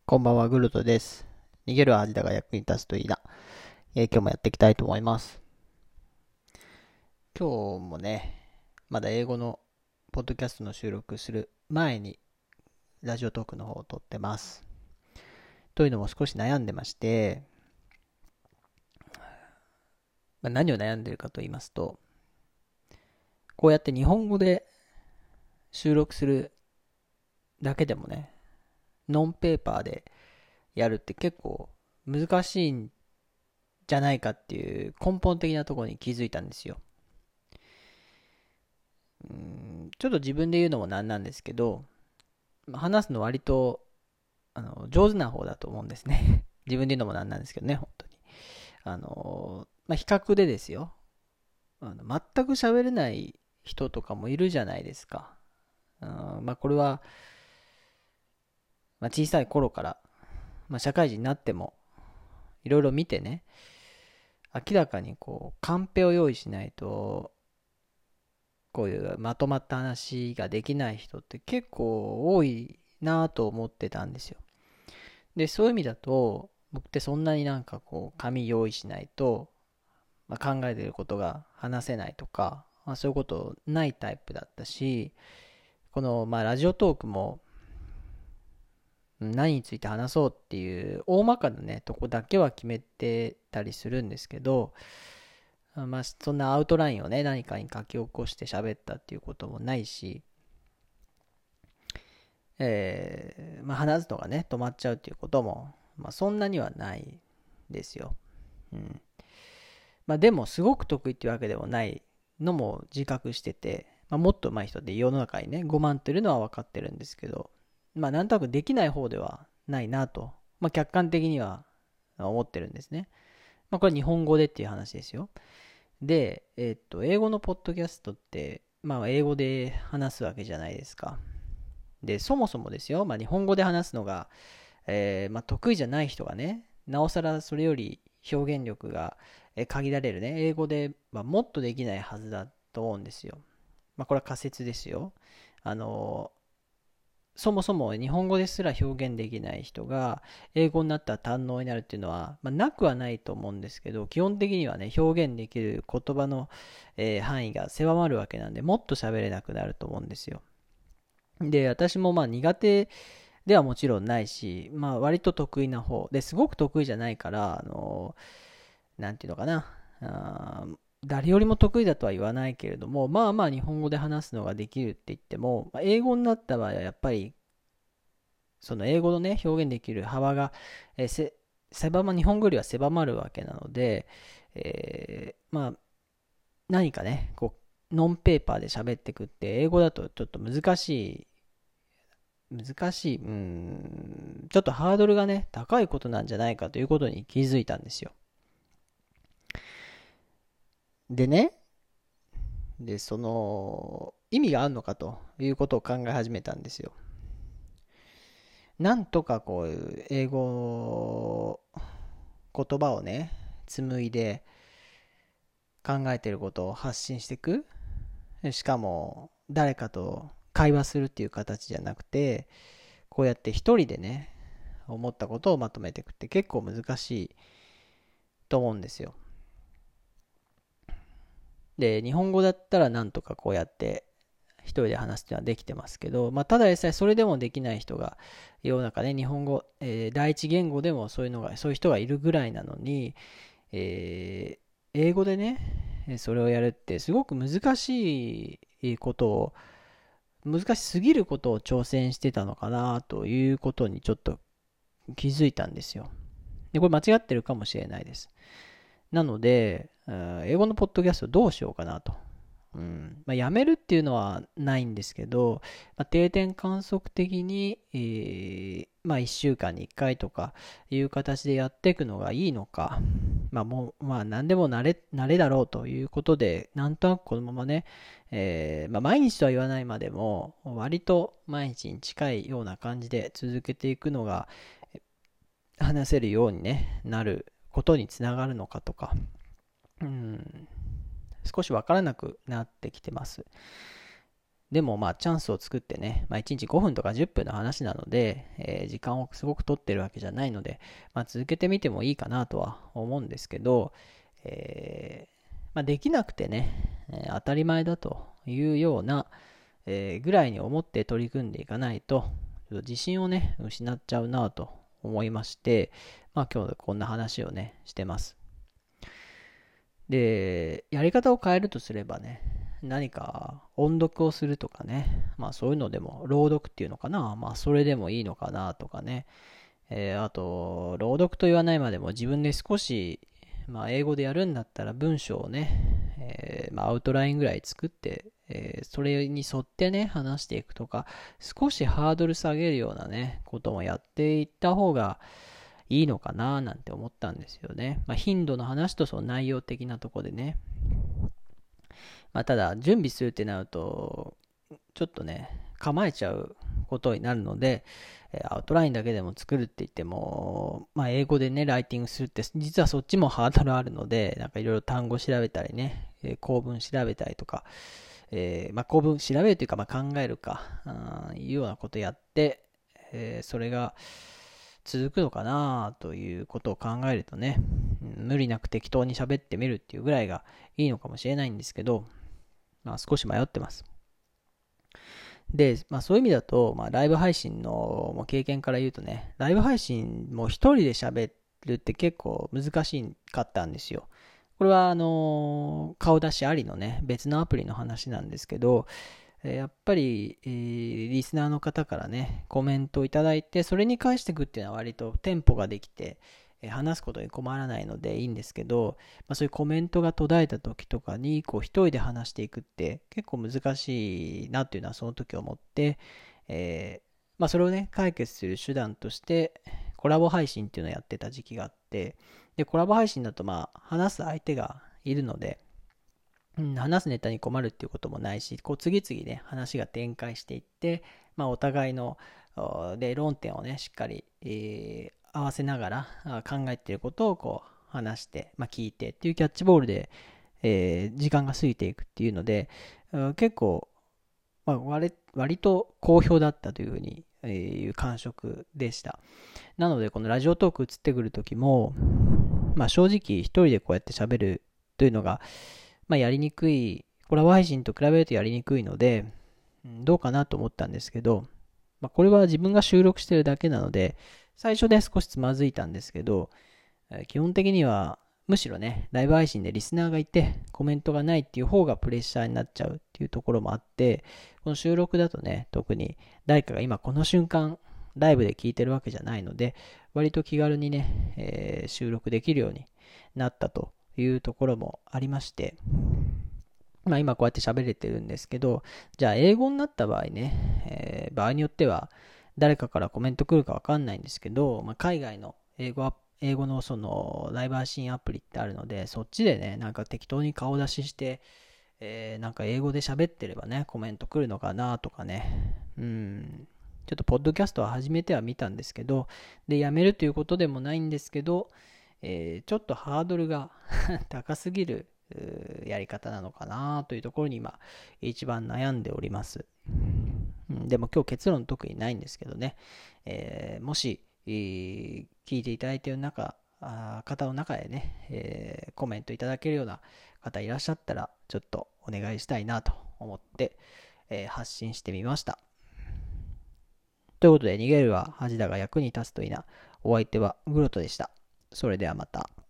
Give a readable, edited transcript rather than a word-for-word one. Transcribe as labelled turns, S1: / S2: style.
S1: こんばんは、グルトです。逃げる恥だが役に立つといいな。今日もやっていきたいと思います。今日もね、まだ英語のポッドキャストの収録する前に、ラジオトークの方を撮ってます。というのも少し悩んでまして、何を悩んでるかと言いますと、こうやって日本語で収録するだけでもね、ノンペーパーでやるって結構難しいんじゃないかっていう根本的なところに気づいたんですよ。ちょっと自分で言うのもなんなんですけど、話すの割と上手な方だと思うんですね。自分で言うのもなんなんですけどね、本当に。比較でですよ。全く喋れない人とかもいるじゃないですか。これは、小さい頃から、社会人になっても、いろいろ見てね、明らかにカンペを用意しないと、こういうまとまった話ができない人って結構多いなぁと思ってたんですよ。で、そういう意味だと、僕ってそんなに紙用意しないと、考えていることが話せないとか、そういうことないタイプだったし、この、ラジオトークも何について話そうっていう大まかなね、とこだけは決めてたりするんですけど、そんなアウトラインをね、何かに書き起こして喋ったっていうこともないし、話すのがね、止まっちゃうっていうことも、そんなにはないですよ。うん。でも、すごく得意っていうわけでもないのも自覚してて、もっと上手い人で世の中にね、5万といるのは分かってるんですけど、なんとなくできない方ではないなと、客観的には思ってるんですね。これ日本語でっていう話ですよ。で、英語のポッドキャストって、英語で話すわけじゃないですか。で、そもそもですよ、日本語で話すのが、得意じゃない人がね、なおさらそれより表現力が限られるね、英語ではもっとできないはずだと思うんですよ。これは仮説ですよ。あの、そもそも日本語ですら表現できない人が英語になったら堪能になるっていうのは、なくはないと思うんですけど、基本的にはね、表現できる言葉の、範囲が狭まるわけなんで、もっと喋れなくなると思うんですよ。で、私も苦手ではもちろんないし、割と得意な方ですごく得意じゃないから、なんていうのかな、誰よりも得意だとは言わないけれども、日本語で話すのができるって言っても、英語になった場合はやっぱりその英語のね表現できる幅が、日本語よりは狭まるわけなので、何かねノンペーパーで喋ってくって英語だとちょっと難しい、ちょっとハードルがね、高いことなんじゃないかということに気づいたんですよ。でね、その、意味があるのかということを考え始めたんですよ。なんとかこういう英語、言葉をね、紡いで考えていることを発信していく。しかも、誰かと会話するっていう形じゃなくて、こうやって一人でね、思ったことをまとめていくって結構難しいと思うんですよ。で、日本語だったらなんとかこうやって一人で話すっていうのはできてますけど、ただでさえそれでもできない人が世の中ね、日本語、第一言語でもそういう人がいるぐらいなのに、英語でね、それをやるってすごく難しいことを、難しすぎることを挑戦してたのかなということにちょっと気づいたんですよ。で、これ間違ってるかもしれないです。なので、英語のポッドキャストどうしようかなと。やめるっていうのはないんですけど、定点観測的に、1週間に1回とかいう形でやっていくのがいいのか、何でも慣れだろうということで、なんとなくこのままね、毎日とは言わないまでも、割と毎日に近いような感じで続けていくのが、話せるように、ね、なることにつながるのかとか、少しわからなくなってきてます。 でもまあチャンスを作ってね、まあ、1日5分とか10分の話なので、時間をすごく取ってるわけじゃないので、まあ、続けてみてもいいかなとは思うんですけど、まあ、できなくてね、当たり前だというような、ぐらいに思って取り組んでいかないと、ちょっと自信をね、失っちゃうなと思いまして、まあ今日こんな話をね、してます。で、やり方を変えるとすればね、何か音読をするとかね、まあそういうのでも、朗読っていうのかな、まあそれでもいいのかなとかね、あと、朗読と言わないまでも自分で少し、まあ英語でやるんだったら文章をね、まあアウトラインぐらい作って、それに沿ってね、話していくとか、少しハードル下げるようなね、こともやっていった方が、いいのかななんて思ったんですよね。まあ、頻度の話とその内容的なところでね。まあ、ただ、準備するってなると、ちょっとね、構えちゃうことになるので、アウトラインだけでも作るって言っても、まあ、英語でね、ライティングするって、実はそっちもハードルあるので、なんかいろいろ単語調べたりね、構文調べたりとか、まあ、構文調べるというか、まあ、考えるか、いうようなことやって、それが、続くのかなということを考えるとね、無理なく適当に喋ってみるっていうぐらいがいいのかもしれないんですけど、まあ少し迷ってます。で、まあそういう意味だと、まあライブ配信の経験から言うとね、ライブ配信も一人で喋るって結構難しかったんですよ。これは顔出しありのね、別のアプリの話なんですけど、やっぱり、リスナーの方からね、コメントをいただいて、それに返していくっていうのは割とテンポができて、話すことに困らないのでいいんですけど、まあ、そういうコメントが途絶えた時とかに、こう一人で話していくって結構難しいなっていうのはその時思って、まあそれをね、解決する手段として、コラボ配信っていうのをやってた時期があって、で、コラボ配信だとまあ話す相手がいるので、話すネタに困るっていうこともないし、こう次々ね、話が展開していって、まあお互いの、で、論点をね、しっかり、合わせながら考えていることをこう話して、まあ聞いてっていうキャッチボールで、時間が過ぎていくっていうので、結構、まあ割と好評だったというふうに、いう感触でした。なので、このラジオトーク移ってくるときも、まあ正直一人でこうやって喋るというのが、まあ、やりにくい、コラボ配信と比べるとやりにくいので、どうかなと思ったんですけど、まあ、これは自分が収録してるだけなので、最初で少しつまずいたんですけど、基本的には、むしろね、ライブ配信でリスナーがいて、コメントがないっていう方がプレッシャーになっちゃうっていうところもあって、この収録だとね、特に誰かが今この瞬間、ライブで聞いてるわけじゃないので、割と気軽にね、収録できるようになったというところもありまして、まあ今こうやって喋れてるんですけど、じゃあ英語になった場合ね、場合によっては誰かからコメント来るかわかんないんですけど、まあ、海外の英語のそのライブ配信アプリってあるので、そっちでね、なんか適当に顔出しして、なんか英語で喋ってればね、コメント来るのかなとかね、ちょっとポッドキャストは初めては見たんですけど、で、やめるということでもないんですけど、ちょっとハードルが高すぎるやり方なのかなというところに今一番悩んでおります。でも今日結論特にないんですけどね、もし、聞いていただいている方の中でね、コメントいただけるような方いらっしゃったらちょっとお願いしたいなと思って、発信してみました。ということで逃げるは恥だが役に立つといいな。お相手はグロトでした。それではまた。